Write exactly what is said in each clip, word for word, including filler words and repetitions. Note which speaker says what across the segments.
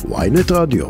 Speaker 1: וויינט רדיו.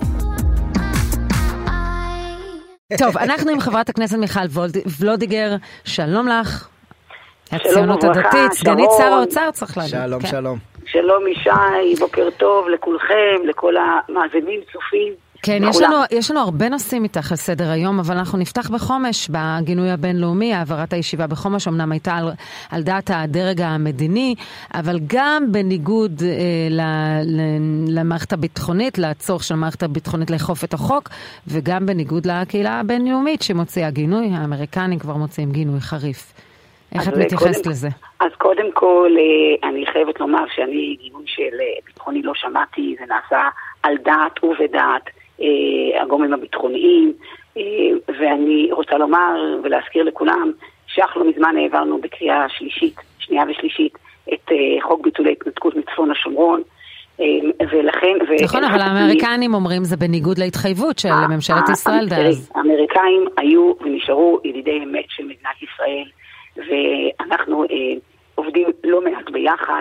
Speaker 2: טוב, אנחנו עם חברת הכנסת מיכל ולודיגר, שלום לך. הציונות הדתית, סגנית שר האוצר צריך להגיד.
Speaker 3: שלום, שלום.
Speaker 4: שלום ישי, בוקר טוב לכולכם, לכל המאזינים, צופים.
Speaker 2: כן, יש לנו, יש לנו הרבה נושאים איתך על סדר היום, אבל אנחנו נפתח בחומש, בגינוי הבינלאומי, העברת הישיבה בחומש, אמנם הייתה על, על דעת הדרג המדיני, אבל גם בניגוד אה, ל, ל, למערכת הביטחונית, לצורך של המערכת הביטחונית לאכוף את החוק, וגם בניגוד לקהילה הבינלאומית שמוציאה גינוי, האמריקנים כבר מוציאים גינוי חריף. איך את מתייחסת
Speaker 4: קודם,
Speaker 2: לזה?
Speaker 4: אז קודם כל, אני חייבת לומר שאני גינוי של ביטחוני לא שמעתי, זה נעשה על דעת ובדעת הגורמים הביטחוניים, ואני רוצה לומר ולהזכיר לכולם שאך לא מזמן העברנו בקריאה שלישית, שנייה ושלישית, את חוק ביטולי התנתקות מצפון השומרון, ולכן...
Speaker 2: נכון, אבל האמריקנים אומרים זה בניגוד להתחייבות של ממשלת ישראל דאז.
Speaker 4: האמריקאים היו ונשארו ידידי אמת של מדינת ישראל, ואנחנו עובדים לא מעט ביחד,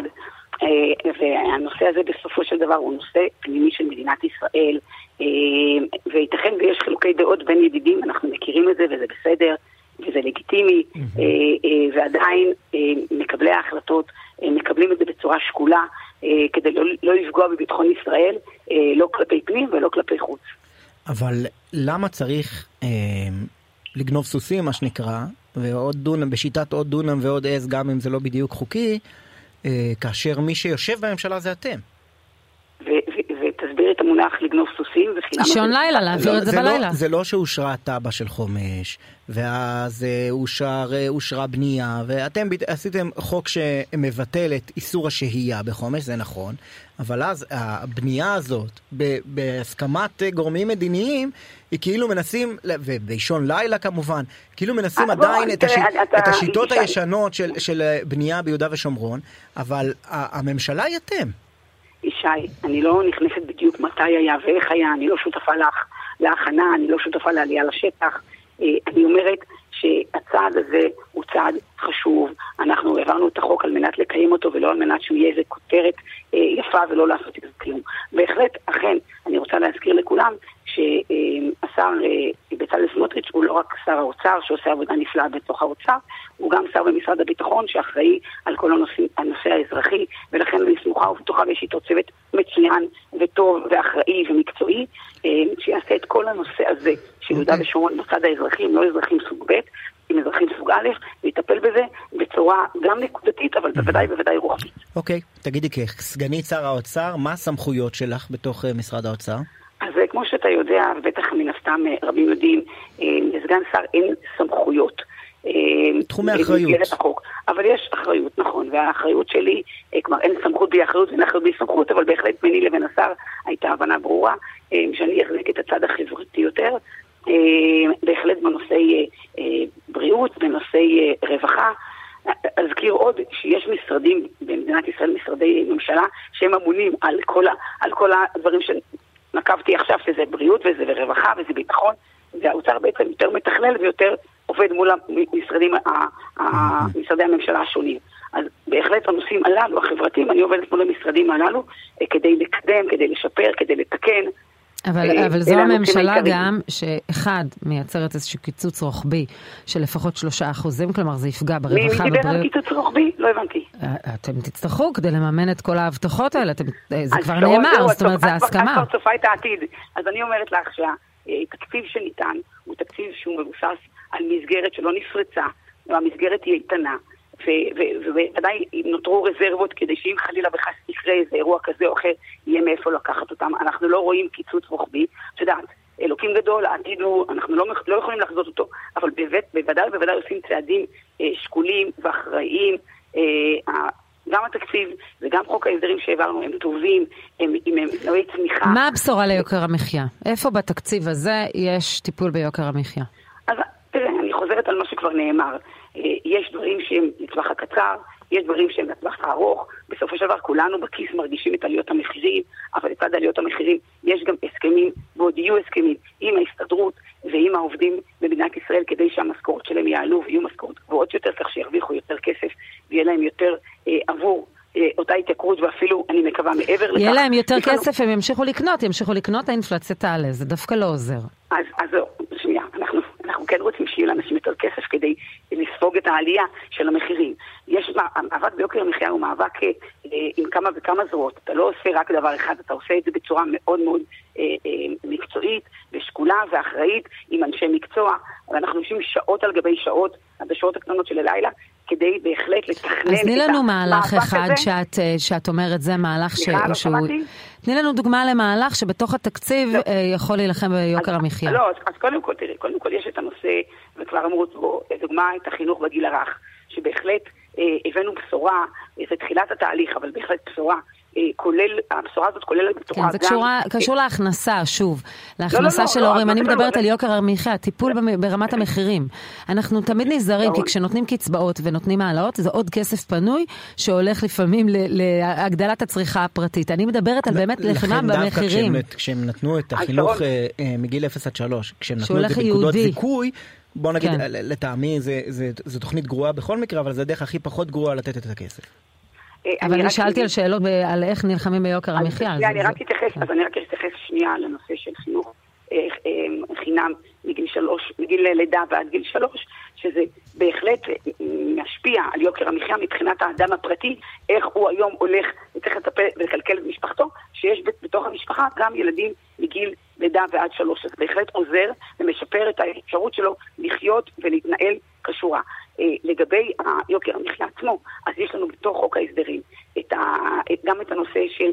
Speaker 4: והנושא הזה בסופו של דבר הוא נושא פנימי של מדינת ישראל, וייתכן ויש חילוקי דעות בין ידידים, אנחנו מכירים את זה וזה בסדר וזה לגיטימי, ועדיין מקבלי ההחלטות מקבלים את זה בצורה שקולה כדי לא לפגוע בביטחון ישראל, לא כלפי פנים ולא כלפי חוץ.
Speaker 3: אבל למה צריך לגנוב סוסים, מה שנקרא, ועוד דונם, בשיטת עוד דונם ועוד עז, גם אם זה לא בדיוק חוקי, כאשר מי שיושב בממשלה זה אתם?
Speaker 4: ותסביר את המונח לגנוב סוסים.
Speaker 2: שעון לילה, להעביר את זה בלילה.
Speaker 3: זה לא שאושרה הטאבה של חומש, ואז אושרה בנייה, ואתם עשיתם חוק שמבטל את איסור השהייה בחומש, זה נכון, אבל אז הבנייה הזאת, בהסכמת גורמים מדיניים, היא כאילו מנסים, ובאישון לילה כמובן, כאילו מנסים עדיין את השיטות הישנות של בנייה ביהודה ושומרון, אבל הממשלה היא אתם.
Speaker 4: ישי, אני לא נכנסת בדיוק מתי היה ואיך היה, אני לא שותפה לך להכנה, אני לא שותפה לעלייה לשטח. אני אומרת שהצעד הזה הוא צעד חשוב, אנחנו העברנו את החוק על מנת לקיים אותו ולא על מנת שהוא יהיה איזה כותרת יפה ולא לעשות את זה כלום. בהחלט, אכן, אני רוצה להזכיר לכולם שהשר בצלאל סמוטריץ' הוא לא רק שר האוצר שעושה עבודה נפלאה בתוך האוצר, הוא גם שר במשרד הביטחון שאחראי על כל הנושא, הנושא האזרחי, ולכן אני סמוכה ובטוחה ויש איתו צוות מצוין וטוב ואחראי ומקצועי, שיעשה את כל הנושא הזה של יהודה ושומרון בצד האזרחים, לא אזרחים סוג ב', עם אזרחים סוג א', ויטפל בזה בצורה גם נקודתית, אבל בוודאי בוודאי רוחבית.
Speaker 3: אוקיי, תגידי כסגנית שר האוצר, מה הסמכויות שלך בתוך משרד האוצר?
Speaker 4: אז כמו שאתה יודע, ובטח מן הסתם רבים יודעים, לסגן שר אין סמכויות.
Speaker 3: תחומי אחריות.
Speaker 4: אבל יש אחריות, נכון, והאחריות שלי, כלומר אין סמכות בלי אחריות ואין אחריות בלי סמכות, אבל בהחלט ביני לבין השר הייתה הבנה ברורה, שאני אחזק את הצד החברתי יותר, בהחלט בנושאי בריאות, בנושאי רווחה. אזכיר עוד שיש משרדים במדינת ישראל, משרדי ממשלה, שהם אמונים על כל, על כל הדברים שנקבתי עכשיו, שזה בריאות וזה רווחה וזה ביטחון, והאוצר בעצם יותר מתכלל ויותר עובד מול המשרדים, משרדי הממשלה השונים. אז בהחלט הנושאים הללו, החברתיים, אני עובדת מול המשרדים הללו, כדי לקדם, כדי לשפר, כדי לתקן.
Speaker 2: אבל, אבל זו הממשלה גם שאחד מייצרת איזשהו קיצוץ רוחבי של לפחות שלושה אחוזים, כלומר זה יפגע ברווחה.
Speaker 4: מי דיבר על קיצוץ רוחבי? לא הבנתי.
Speaker 2: אתם תצטרכו כדי לממן את כל ההבטחות האלה, אתם, זה כבר נאמר, זאת אומרת זה ההסכמה.
Speaker 4: את כבר צופה את העתיד, אז אני אומרת לך שהתקציב שניתן הוא תקציב שהוא מבוסס על מסגרת שלא נפרצה, והמסגרת היא איתנה, ובוודאי נותרו רזרבות כדי שאם חלילה וחס יקרה איזה אירוע כזה או אחר, יהיה מאיפה לקחת אותם. אנחנו לא רואים קיצוץ רוחבי, שדעת, אלוקים גדול, העתיד הוא, אנחנו לא, לא יכולים לחזות אותו, אבל בוודאי בוודאי עושים צעדים אה, שקולים ואחראיים, אה, גם התקציב וגם חוק ההסדרים שהעברנו הם טובים, הם עם מנועי צמיחה.
Speaker 2: מה הבשורה ליוקר המחיה? איפה בתקציב הזה יש טיפול ביוקר המחיה?
Speaker 4: אז תראה, אני חוזרת על מה שכבר נאמר. יש דברים שהם לטווח הקצר, יש דברים שהם לטווח הארוך, בסופו של דבר כולנו בכיס מרגישים את עליות המחירים, אבל לצד עליות המחירים יש גם הסכמים, ועוד יהיו הסכמים עם ההסתדרות ועם העובדים במדינת ישראל, כדי שהמשכורות שלהם יעלו ויהיו משכורות גבוהות יותר, כך שירוויחו יותר כסף ויהיה להם יותר אה, עבור אה, אותה התייקרות, ואפילו אני מקווה מעבר לכך...
Speaker 2: יהיה להם יותר כסף, הם ימשיכו לקנות, ימשיכו לקנות, האינפלציה תעלה, זה דווקא לא עוזר.
Speaker 4: אז, אז שנייה, אנחנו, אנחנו כן רוצים שיהיה לאנשים יותר כסף כדי לספוג את העלייה של המחירים. יש, המאבק ביוקר המחיה הוא מאבק אה, עם כמה וכמה זרועות. אתה לא עושה רק דבר אחד, אתה עושה את זה בצורה מאוד מאוד אה, אה, מקצועית ושקולה ואחראית עם אנשי מקצוע, ואנחנו יושבים שעות על גבי שעות, עד השעות הקטנות של הלילה, כדי בהחלט לתכנן את המאבק הזה.
Speaker 2: אז תני לנו מהלך אחד שאת, שאת אומרת, זה מהלך ש...
Speaker 4: לא
Speaker 2: שהוא... תני לנו דוגמה למהלך שבתוך התקציב לא. יכול להילחם ביוקר
Speaker 4: אז,
Speaker 2: המחיה.
Speaker 4: לא, אז, אז קודם כל, תראי, קודם כל יש את הנושא, וכבר אמרו בו, דוגמה את החינוך בגיל הרך, שבהחלט אה, הבאנו בשורה, זה תחילת התהליך, אבל בהחלט בשורה, אה, כולל, הבשורה הזאת כוללת בתוכה
Speaker 2: כן, זה
Speaker 4: גם...
Speaker 2: קשורה, קשור להכנסה, שוב, להכנסה
Speaker 4: לא, לא,
Speaker 2: של
Speaker 4: לא,
Speaker 2: ההורים.
Speaker 4: לא,
Speaker 2: אני
Speaker 4: לא,
Speaker 2: מדברת
Speaker 4: לא,
Speaker 2: על יוקר המחיה, טיפול ברמת המחירים. אנחנו תמיד נזהרים, כי כשנותנים קצבאות ונותנים העלאות, זה עוד כסף פנוי שהולך לפעמים להגדלת הצריכה הפרטית. אני מדברת על באמת לחימה במחירים.
Speaker 3: לכן דווקא כשהם נתנו את החינוך מגיל אפס עד שלוש, כשהם נתנו את זה בנקודות זיכוי, בוא נגיד, לטעמי זו תוכנית גרועה בכל מקרה, אבל זה הדרך הכי פחות גרועה לתת את הכסף.
Speaker 2: אבל אני שאלתי על שאלות על איך נלחמים ביוקר המחיה.
Speaker 4: אני רק אתייחס, אז אני רק אתייחס שנייה לנושא של חינוך חינם מגיל שלוש, מגיל לידה ועד גיל שלוש, שזה בהחלט משפיע על יוקר המחיה מבחינת האדם הפרטי, איך הוא היום הולך וצריך לטפל ולקלקל את משפחתו, שיש בתוך המשפחה גם ילדים מגיל לידה ועד שלוש. אז בהחלט עוזר ומשפר את האפשרות שלו לחיות ולהתנהל כשורה. לגבי היוקר המחיה עצמו, אז יש לנו בתוך חוק ההסדרים את ה, גם את הנושא של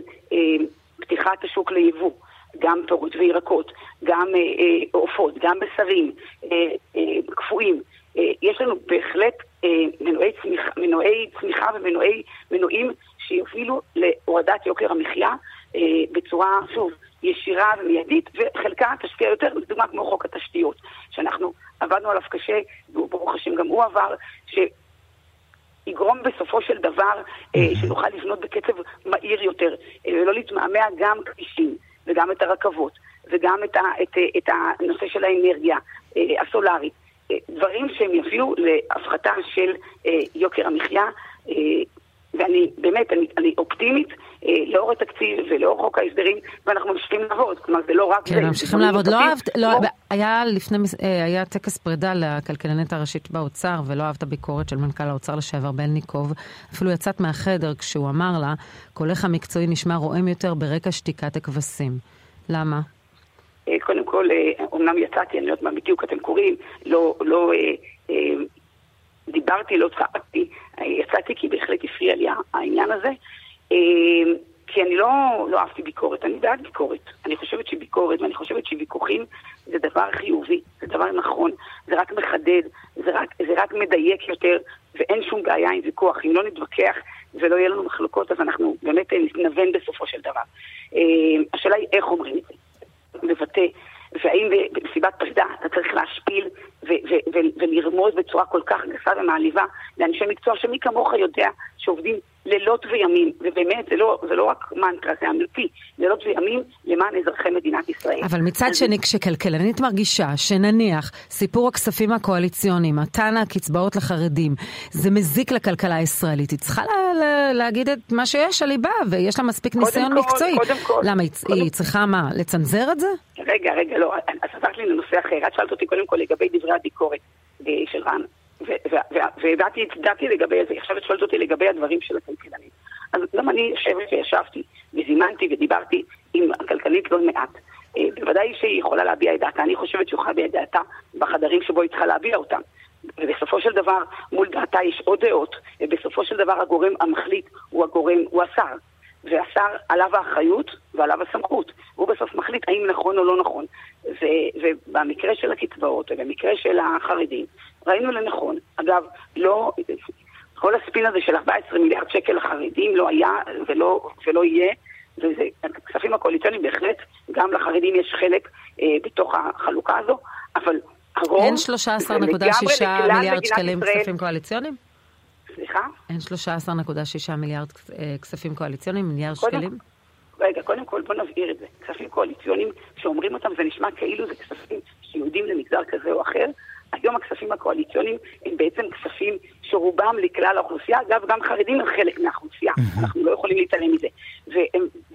Speaker 4: פתיחת השוק ליבוא, גם פירות וירקות, גם עופות, גם בשרים, קפואים. יש לנו בהחלט מנועי צמיחה, מנועי צמיחה ומנועי מנועים שיובילו להורדת יוקר המחיה בצורה, שוב, ישירה ומיידית, וחלקה תשפיע יותר, לדוגמה כמו חוק התשתיות, שאנחנו עבדנו עליו קשה, וברוך השם גם הוא עבר, שיגרום בסופו של דבר שנוכל לבנות בקצב מהיר יותר, ולא להתמעמע גם כבישים, וגם את הרכבות, וגם את, ה, את, את הנושא של האנרגיה הסולארית, דברים שהם יביאו להפחתה של יוקר המחיה, ואני באמת, אני, אני אופטימית לאור התקציב ולאור חוק ההסדרים, ואנחנו ממשיכים לעבוד, כלומר זה לא רק...
Speaker 2: כן, ממשיכים לעבוד. לא אהבת, לא, היה לפני, היה טקס פרידה לכלכלנית הראשית באוצר, ולא אהבת ביקורת של מנכ"ל האוצר לשעבר בלניקוב, אפילו יצאת מהחדר כשהוא אמר לה, קולך המקצועי נשמע רועם יותר ברקע שתיקת הכבשים. למה?
Speaker 4: קודם כל, אומנם יצאתי, אני לא יודעת מה בדיוק אתם קוראים, לא, לא, דיברתי, לא צעקתי, יצאתי כי בהחלט הפריע לי העניין הזה, כי אני לא, לא אהבתי ביקורת, אני בעד ביקורת. אני חושבת שביקורת, ואני חושבת שוויכוחים זה דבר חיובי, זה דבר נכון, זה רק מחדד, זה רק, זה רק מדייק יותר, ואין שום בעיה עם ויכוח. אם לא נתווכח ולא יהיה לנו מחלוקות, אז אנחנו באמת נתנוון בסופו של דבר. השאלה היא איך אומרים את זה. מבטא, והאם בסיבת פרידה אתה צריך להשפיל ו- ו- ולרמוז בצורה כל כך גסה ומעליבה לאנשי מקצוע שמי כמוך יודע שעובדים לילות וימים, ובאמת זה לא, זה לא רק מנטרה, זה אמיתי, לילות וימים למען אזרחי מדינת ישראל.
Speaker 2: אבל מצד שני, כשכלכלנית מרגישה שנניח סיפור הכספים הקואליציוניים, מתן הקצבאות לחרדים, זה מזיק לכלכלה הישראלית, היא צריכה לה, לה, להגיד את מה שיש על ליבה, ויש לה מספיק ניסיון
Speaker 4: כל,
Speaker 2: מקצועי.
Speaker 4: כל,
Speaker 2: למה, היא, היא צריכה מה? לצנזר את זה?
Speaker 4: רגע, רגע, לא, אז עזרת לי לנושא אחר, את שאלת אותי קודם כל לגבי דברי הביקורת של רן. והדעתי לגבי זה, עכשיו את שואלת אותי לגבי הדברים של הכלכלנית. אז גם אני חושבת שישבתי וזימנתי ודיברתי עם הכלכלנית לא מעט. בוודאי שהיא יכולה להביע את דעתה, אני חושבת שהיא יכולה להביע את דעתה בחדרים שבו היא צריכה להביע אותם. ובסופו של דבר מול דעתה יש עוד דעות, ובסופו של דבר הגורם המחליט הוא הגורם, הוא השר. והשר עליו האחריות ועליו הסמכות. הוא בסוף מחליט האם נכון או לא נכון. ובמקרה של הקצבאות ובמקרה של החרדים, ראינו לנכון. אגב, לא, כל הספין הזה של ארבעה עשר מיליארד שקל לחרדים לא היה ולא, ולא יהיה, וזה, הכספים הקואליציוניים בהחלט, גם לחרדים יש חלק אה, בתוך החלוקה הזו, אבל הרוב...
Speaker 2: אין שלושה עשר נקודה שישה מיליארד שקלים כספים קואליציוניים?
Speaker 4: סליחה?
Speaker 2: אין שלושה עשר נקודה שישה מיליארד כספים קואליציוניים, מיליארד שקלים?
Speaker 4: רגע, קודם כל בוא נבהיר את זה. כספים קואליציוניים, שאומרים אותם, זה נשמע כאילו זה כספים שיהודים למגזר כזה או אחר. היום הכספים הקואליציוניים הם בעצם כספים שרובם לכלל האוכלוסייה, אגב, גם חרדים הם חלק מהאוכלוסייה. אנחנו לא יכולים להתעלם מזה.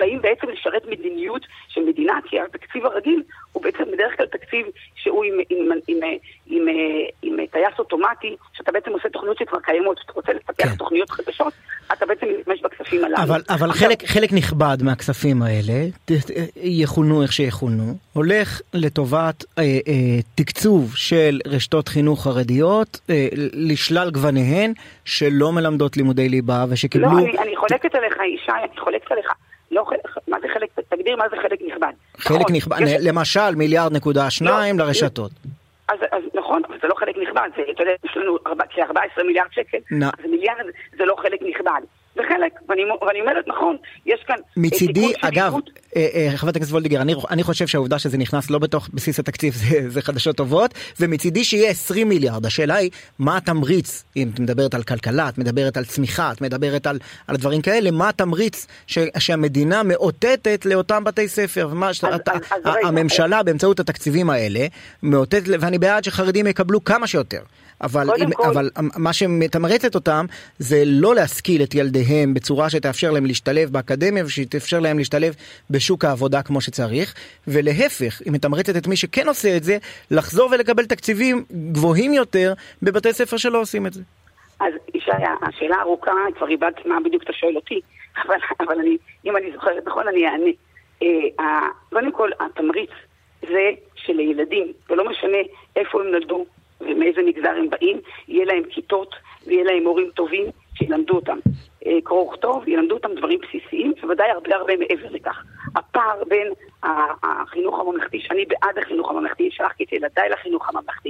Speaker 4: באים בעצם לשרת מדיניות של מדינה, כי התקציב הרגיל הוא בעצם בדרך כלל תקציב שהוא עם, עם, עם, עם, עם, עם טייס אוטומטי, שאתה בעצם עושה תוכניות שכבר קיימות, שאתה רוצה לפתח כן. תוכניות חדשות, אתה בעצם משתמש בכספים הללו.
Speaker 3: אבל, אבל עכשיו, חלק, חלק נכבד מהכספים האלה, יכולנו איך שיכולנו, הולך לטובת אה, אה, תקצוב של רשתות חינוך חרדיות, אה, לשלל גווניהן, שלא מלמדות לימודי ליבה, ושקיבלו...
Speaker 4: לא, אני, אני חולקת עליך, אישה, אני חולקת עליך. לא, מה זה חלק, תגדיר מה זה חלק נכבד.
Speaker 3: חלק נכבד, יש... למשל מיליארד נקודה שניים לא, לרשתות.
Speaker 4: אז, אז נכון, אבל זה לא חלק נכבד, זה, אתה יודע, יש לנו כ-ארבעה עשר מיליארד שקל, no. אז מיליארד זה לא חלק נכבד. זה חלק, ואני, ואני אומרת, נכון, יש כאן...
Speaker 3: מצידי, אגב, אה, אה, חברת הכנסת וולדיגר, אני, אני חושב שהעובדה שזה נכנס לא בתוך בסיס התקציב, זה, זה חדשות טובות, ומצידי שיהיה עשרים מיליארד. השאלה היא, מה התמריץ, אם את מדברת על כלכלה, את מדברת על צמיחה, את מדברת על, על דברים כאלה, מה התמריץ ש, שהמדינה מאותתת לאותם בתי ספר, ומה, אז, אתה, אז, אז הממשלה, באמצעות התקציבים האלה, מאותתת, ואני בעד שחרדים יקבלו כמה שיותר. אבל, אם, אבל מה שמתמרצת אותם זה לא להשכיל את ילדיהם בצורה שתאפשר להם להשתלב באקדמיה ושתאפשר להם להשתלב בשוק העבודה כמו שצריך, ולהפך, היא מתמרצת את מי שכן עושה את זה לחזור ולקבל תקציבים גבוהים יותר בבתי ספר שלא עושים את זה.
Speaker 4: אז אישיה, השאלה ארוכה, כבר איבדת מה בדיוק אתה שואל אותי, אבל, אבל אני, אם אני זוכרת נכון אני אענה. אה, קודם כל התמריץ זה שלילדים, ולא משנה איפה הם נולדו ומאיזה מגזר הם באים, יהיה להם כיתות ויהיה להם מורים טובים שילמדו אותם קרוא וכתוב, ילמדו אותם דברים בסיסיים, ובוודאי הרבה הרבה מעבר לכך. הפער בין החינוך הממלכתי, שאני בעד החינוך הממלכתי, שלחתי את ילדיי לחינוך הממלכתי,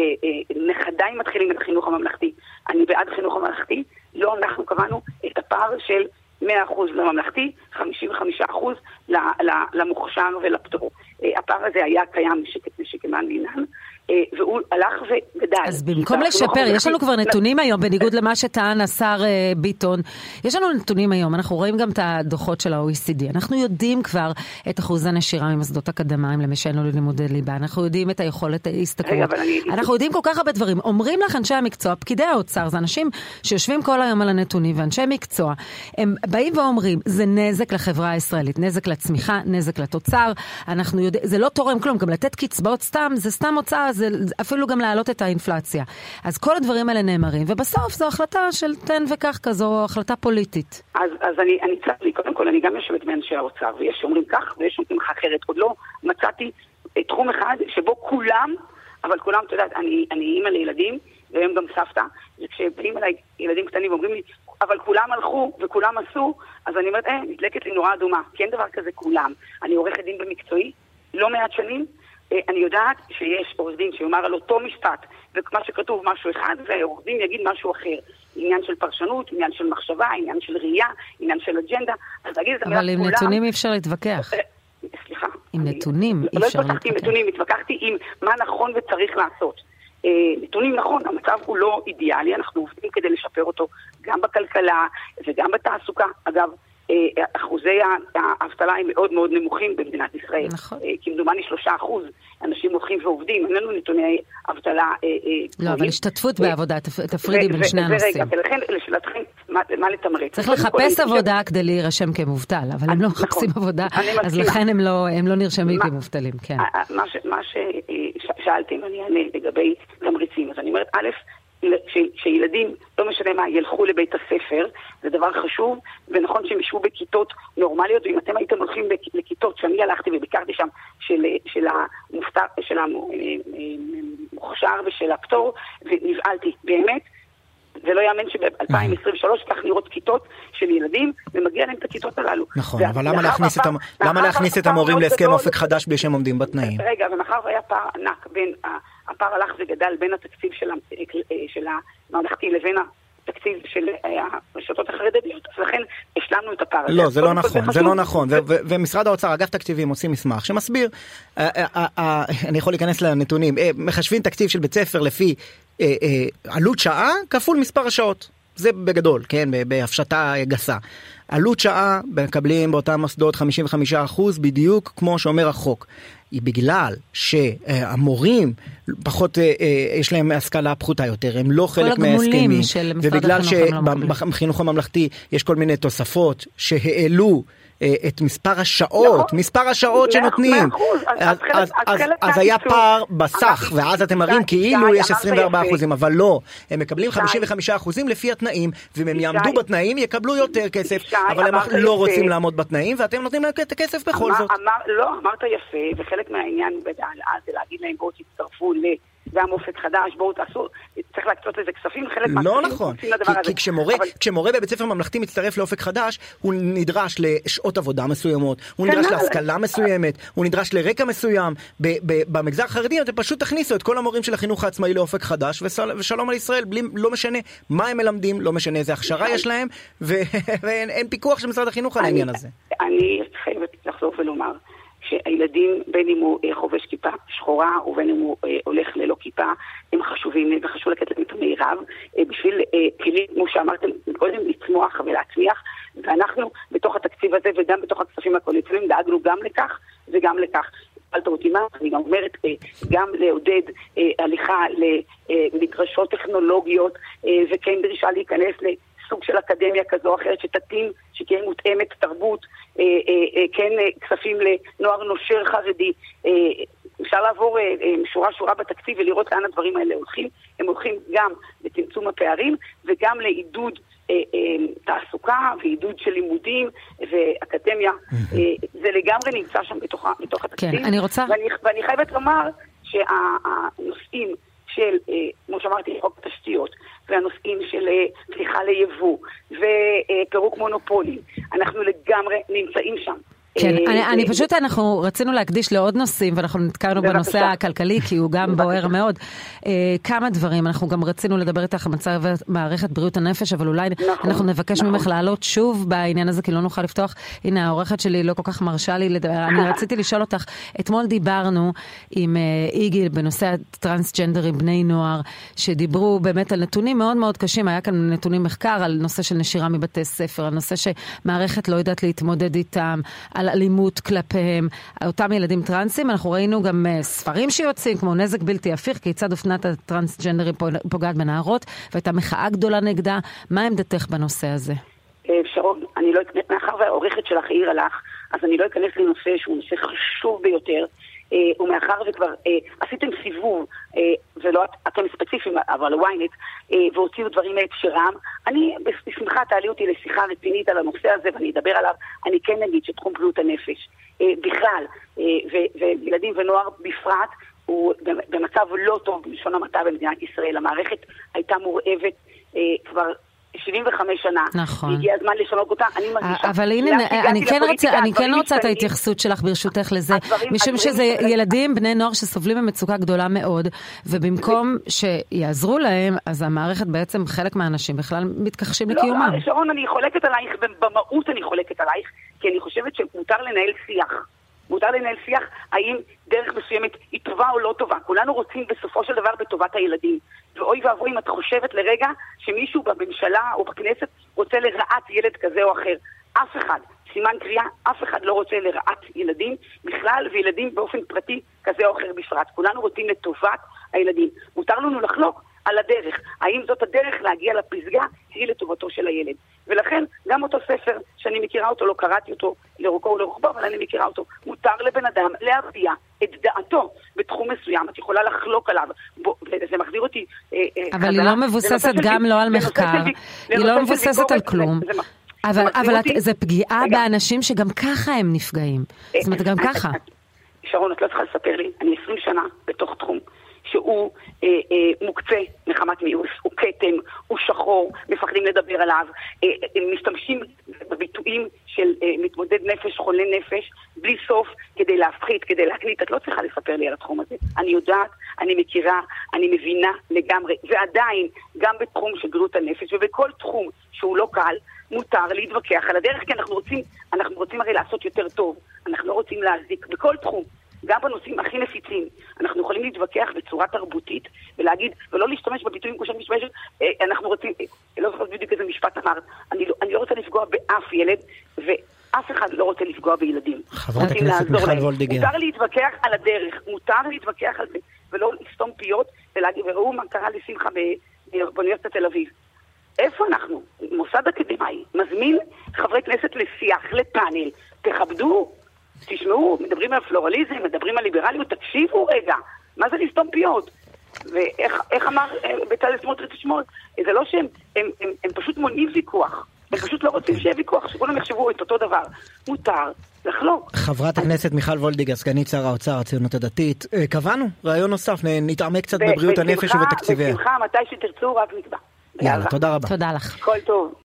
Speaker 4: נכדיי מתחילים את החינוך הממלכתי, אני בעד החינוך הממלכתי, לא אנחנו קבענו את הפער של מאה אחוז לממלכתי, חמישים וחמישה אחוז למוכשר ולפטור. הפער הזה היה קיים משקמן לינן, והוא הלך וגדל.
Speaker 2: אז במקום לשפר, יש לנו כבר נתונים היום, בניגוד למה שטען השר ביטון, יש לנו נתונים היום, אנחנו רואים גם את הדוחות של ה-או אי סי די, אנחנו יודעים כבר את אחוז הנשירה ממוסדות אקדמיים, למשל ללימודי ליבה, אנחנו יודעים את היכולת ההסתכלות, אנחנו יודעים כל כך הרבה דברים, אומרים לך אנשי המקצוע, פקידי האוצר, זה אנשים שיושבים כל היום על הנתונים, ואנשי מקצוע, הם באים ואומרים, זה נזק לחברה הישראלית, נזק לצמיחה, נזק לתוצר, אנחנו יודעים, זה לא תורם כלום, גם לתת קצבאות סתם, זה סתם הוצאה, זה אפילו גם להעלות את האינפלציה. אז כל הדברים האלה נאמרים, ובסוף זו החלטה של תן וכך כזו, החלטה פוליטית.
Speaker 4: אז, אז אני, אני צעתי, קודם כל, אני גם יושבת מאנשי האוצר, ויש שאומרים כך, ויש שאומרים אחרת. עוד לא מצאתי תחום אחד שבו כולם, אבל כולם, אתה יודעת, אני, אני אימא לילדים, והם גם סבתא, וכשבאים אליי ילדים קטנים ואומרים לי, אבל כולם הלכו וכולם עשו, אז אני אומרת, אה, נדלקת לי נורא אדומה. כי אין דבר כזה כולם. אני עורכת דין במקצועי, לא מעט שנים, אני יודעת שיש עורך דין שיאמר על אותו משפט, ומה שכתוב משהו אחד, והעורך דין יגיד משהו אחר. עניין של פרשנות, עניין של מחשבה, עניין של ראייה, עניין של אג'נדה.
Speaker 2: אבל עם נתונים אי אפשר להתווכח.
Speaker 4: סליחה.
Speaker 2: עם נתונים אי אפשר להתווכח.
Speaker 4: לא התווכחתי עם נתונים, התווכחתי עם מה נכון וצריך לעשות. נתונים נכון, המצב הוא לא אידיאלי, אנחנו עובדים כדי לשפר אותו גם בכלכלה וגם בתעסוקה. אגב, אחוזי האבטלה הם מאוד מאוד נמוכים במדינת ישראל.
Speaker 2: נכון.
Speaker 4: כי מדומני שלושה אחוז אנשים הולכים ועובדים, אין לנו נתוני אבטלה.
Speaker 2: לא, אבל השתתפות בעבודה, תפרידי בין שני הנושאים.
Speaker 4: ורגע, ולכן, לשאלתכם, מה לתמרץ?
Speaker 2: צריך לחפש עבודה כדי להירשם כמובטל, אבל הם לא מחפשים עבבודה, אז לכן הם לא נרשמים כמובטלים, כן.
Speaker 4: מה ששאלתם, אני אענה לגבי תמריצים, אז אני אומרת, א', שילדים, לא משנה מה, ילכו לבית הספר, זה דבר חשוב, ונכון שהם ישבו בכיתות נורמליות, ואם אתם הייתם הולכים לכיתות שאני הלכתי וביקרתי שם, של, של המופתר, של המוכשר ושל הפטור, ונבעלתי, באמת, זה לא יאמן שב-אלפיים עשרים ושלוש כך נראות כיתות של ילדים, ומגיע להם את הכיתות הללו.
Speaker 3: נכון, אבל למה להכניס את המורים להסכם אופק חדש בלי שהם עומדים בתנאים?
Speaker 4: רגע, ומחר היה פער ענק בין, הפער הלך וגדל בין התקציב של הממלכתי לבין התקציב של הרשתות החרדיות, אז לכן השלמנו את הפער.
Speaker 3: לא, זה לא נכון, זה לא נכון, ומשרד האוצר, אגף תקציבים, עושים מסמך שמסביר, אני יכול להיכנס לנתונים, מחשבים תקציב של בית ספר לפי עלות שעה כפול מספר השעות. זה בגדול, כן, בהפשטה גסה. עלות שעה מקבלים באותם מוסדות חמישים וחמישה אחוז בדיוק כמו שאומר החוק. היא בגלל שהמורים פחות, יש להם השכלה פחותה יותר, הם לא חלק מההסכמים, ובגלל שבחינוך הממלכתי יש כל מיני תוספות שהעלו את מספר השעות, מספר השעות שנותנים. אז היה פער בסך, ואז אתם מראים כאילו יש עשרים וארבעה אחוזים, אבל לא. הם מקבלים חמישים וחמישה אחוזים לפי התנאים, ואם הם יעמדו בתנאים, יקבלו יותר כסף, אבל הם לא רוצים לעמוד בתנאים, ואתם נותנים להם את הכסף בכל זאת.
Speaker 4: לא, אמרת יפה, וחלק מהעניין בדעת זה להגיד להם בואו תצטרפו ל... גם אופק חדש, בואו תעשו, צריך להקצות לזה כספים, חלק
Speaker 3: לא נכון, כי כשמורה בבית ספר ממלכתי מצטרף לאופק חדש, הוא נדרש לשעות עבודה מסוימות, הוא נדרש להשכלה מסוימת, הוא נדרש לרקע מסוים. במגזר החרדי אתם פשוט תכניסו את כל המורים של החינוך העצמאי לאופק חדש, ושלום על ישראל, לא משנה מה הם מלמדים, לא משנה איזה הכשרה יש להם, ואין פיקוח של משרד החינוך על העניין הזה.
Speaker 4: אני חייבת לחזור ולומר שהילדים, בין אם הוא חובש כיפה שחורה, ובין אם הוא הולך ללא כיפה, הם חשובים, וחשוב לקטע להם את המירב, בשביל כלים, כמו שאמרתם, קודם לצמוח ולהצמיח, ואנחנו בתוך התקציב הזה, וגם בתוך הכספים הקואליציוניים, דאגנו גם לכך, וגם לכך. אל תראותי מה, אני גם אומרת, גם לעודד הליכה למדרשות טכנולוגיות, וכן דרישה להיכנס ל... סוג של אקדמיה כזו או אחרת שתתאים, שתהיה מותאמת תרבות, אה, אה, אה, כן כספים לנוער נושר חרדי. אה, אפשר לעבור אה, אה, שורה שורה בתקציב ולראות לאן הדברים האלה הולכים. הם הולכים גם לצמצום הפערים וגם לעידוד אה, אה, תעסוקה ועידוד של לימודים ואקדמיה. אה, זה לגמרי נמצא שם בתוך, בתוך התקציב.
Speaker 2: כן, אני רוצה...
Speaker 4: ואני, ואני חייבת לומר שהנושאים של, כמו שאמרתי, חוק תשתיות, והנושאים של פתיחה ליבוא, ופירוק מונופולים, אנחנו לגמרי נמצאים שם.
Speaker 2: כן, אני, אני פשוט, אנחנו רצינו להקדיש לעוד נושאים, ואנחנו נתקענו בנושא הכלכלי, כי הוא גם בוער מאוד. כמה דברים, אנחנו גם רצינו לדבר איתך על מצב מערכת בריאות הנפש, אבל אולי אנחנו נבקש ממך לעלות שוב בעניין הזה, כי לא נוכל לפתוח. הנה, העורכת שלי לא כל כך מרשה לי לדבר. אני רציתי לשאול אותך, אתמול דיברנו עם איגי בנושא הטרנסג'נדרים, בני נוער, שדיברו באמת על נתונים מאוד מאוד קשים. היה כאן נתונים מחקר על נושא של נשירה מבתי ספר, על נושא שמערכת לא יודעת להתמודד איתם, על אלימות כלפיהם, אותם ילדים טרנסים. אנחנו ראינו גם ספרים שיוצאים, כמו נזק בלתי הפיך, כיצד אופנת הטרנסג'נדרים פוגעת בנערות, והייתה מחאה גדולה נגדה. מה עמדתך בנושא הזה?
Speaker 4: שרון, אני לא אכנס, מאחר והעורכת שלך העיר עליך, אז אני לא אכנס לנושא שהוא נושא חשוב ביותר, ומאחר וכבר עשיתם סיבוב, ולא אתם ספציפיים, אבל וויינט, והוציאו דברים מהקשרם, אני בשמחה תעלי אותי לשיחה רצינית על הנושא הזה, ואני אדבר עליו. אני כן נגיד שתחום בריאות הנפש בכלל, וילדים ונוער בפרט, הוא במצב לא טוב בלשון המעטה במדינת ישראל. המערכת הייתה מורעבת כבר שבעים וחמש שנה.
Speaker 2: נכון.
Speaker 4: והגיע הזמן לשנות אותה. אני מרגישה...
Speaker 2: אבל הנה, אני כן רוצה, אני כן רוצה את ההתייחסות שלך ברשותך לזה, משום שזה ילדים, בני נוער שסובלים במצוקה גדולה מאוד, ובמקום שיעזרו להם, אז המערכת בעצם, חלק מהאנשים בכלל מתכחשים לקיומם.
Speaker 4: לא, שרון, אני חולקת עלייך, במהות אני חולקת עלייך, כי אני חושבת שמותר לנהל שיח. מותר לנהל שיח, האם דרך מסוימת היא טובה או לא טובה. כולנו רוצים בסופו של דבר בטובת הילדים. ואוי ואבוי אם את חושבת לרגע שמישהו בממשלה או בכנסת רוצה לרעת ילד כזה או אחר. אף אחד, סימן קריאה, אף אחד לא רוצה לרעת ילדים בכלל, וילדים באופן פרטי כזה או אחר בפרט. כולנו רוצים לטובת הילדים. מותר לנו לחלוק על הדרך. האם זאת הדרך להגיע לפסגה היא לטובתו של הילד. ולכן גם אותו ספר שאני מכירה אותו, לא קראתי אותו לרוקו ולרוחבו, אבל אני מכירה אותו. מותר לבן אדם להביע את דעתו בתחום מסוים. את יכולה לחלוק עליו. וזה מחזיר אותי...
Speaker 2: אבל היא לא מבוססת גם לא על מחקר. היא לא מבוססת על כלום. אבל זה פגיעה באנשים שגם ככה הם נפגעים. זאת אומרת, גם ככה.
Speaker 4: שרון, את לא צריכה לספר לי. אני עשרים שנה בתוך תחום. שהוא אה, אה, מוקצה מחמת מיאוס, הוא קטם, הוא שחור, מפחדים לדבר עליו, אה, אה, משתמשים בביטויים של אה, מתמודד נפש, חולה נפש, בלי סוף, כדי להפחית, כדי להקנית. את לא צריכה לספר לי על התחום הזה. אני יודעת, אני מכירה, אני מבינה לגמרי, ועדיין, גם בתחום של בריאות הנפש, ובכל תחום שהוא לא קל, מותר להתווכח על הדרך, כי אנחנו רוצים, אנחנו רוצים הרי לעשות יותר טוב, אנחנו לא רוצים להזיק בכל תחום. גם בנושאים הכי נפיצים, אנחנו יכולים להתווכח בצורה תרבותית, ולהגיד, ולא להשתמש בביטויים כמו שאני משתמשת, אנחנו רוצים, לא זוכרת בדיוק איזה משפט אמרת, אני לא, אני לא רוצה לפגוע באף ילד, ואף אחד לא רוצה לפגוע בילדים.
Speaker 3: חברת הכנסת מיכל וולדיגר.
Speaker 4: מותר להתווכח על הדרך, מותר להתווכח על זה, ולא לסתום פיות, ולהגיד, וראו מה קרה לשמחה באוניברסיטת תל אביב. איפה אנחנו? מוסד אקדמי, מזמין חברי כנסת לשיח, לפאנל, תכבדו, תשמעו, מדברים על פלורליזם, מדברים על ליברליות, תקשיבו רגע, מה זה לסתום פיות? ואיך אמר בצלאל סמוטריץ' אתמול, זה לא שהם הם, הם, הם פשוט מונעים ויכוח, הם פשוט לא רוצים שיהיה ויכוח, שכולם יחשבו את אותו דבר, מותר לחלוק.
Speaker 3: חברת הכנסת מיכל וולדיגר, סגנית שר האוצר, הציונות הדתית, קבענו רעיון נוסף, נתעמק קצת בבריאות הנפש ובתקציביה.
Speaker 4: בשמחה, מתי שתרצו רק נקבע.
Speaker 3: יאללה, תודה רבה.
Speaker 2: תודה לך.
Speaker 4: כל טוב.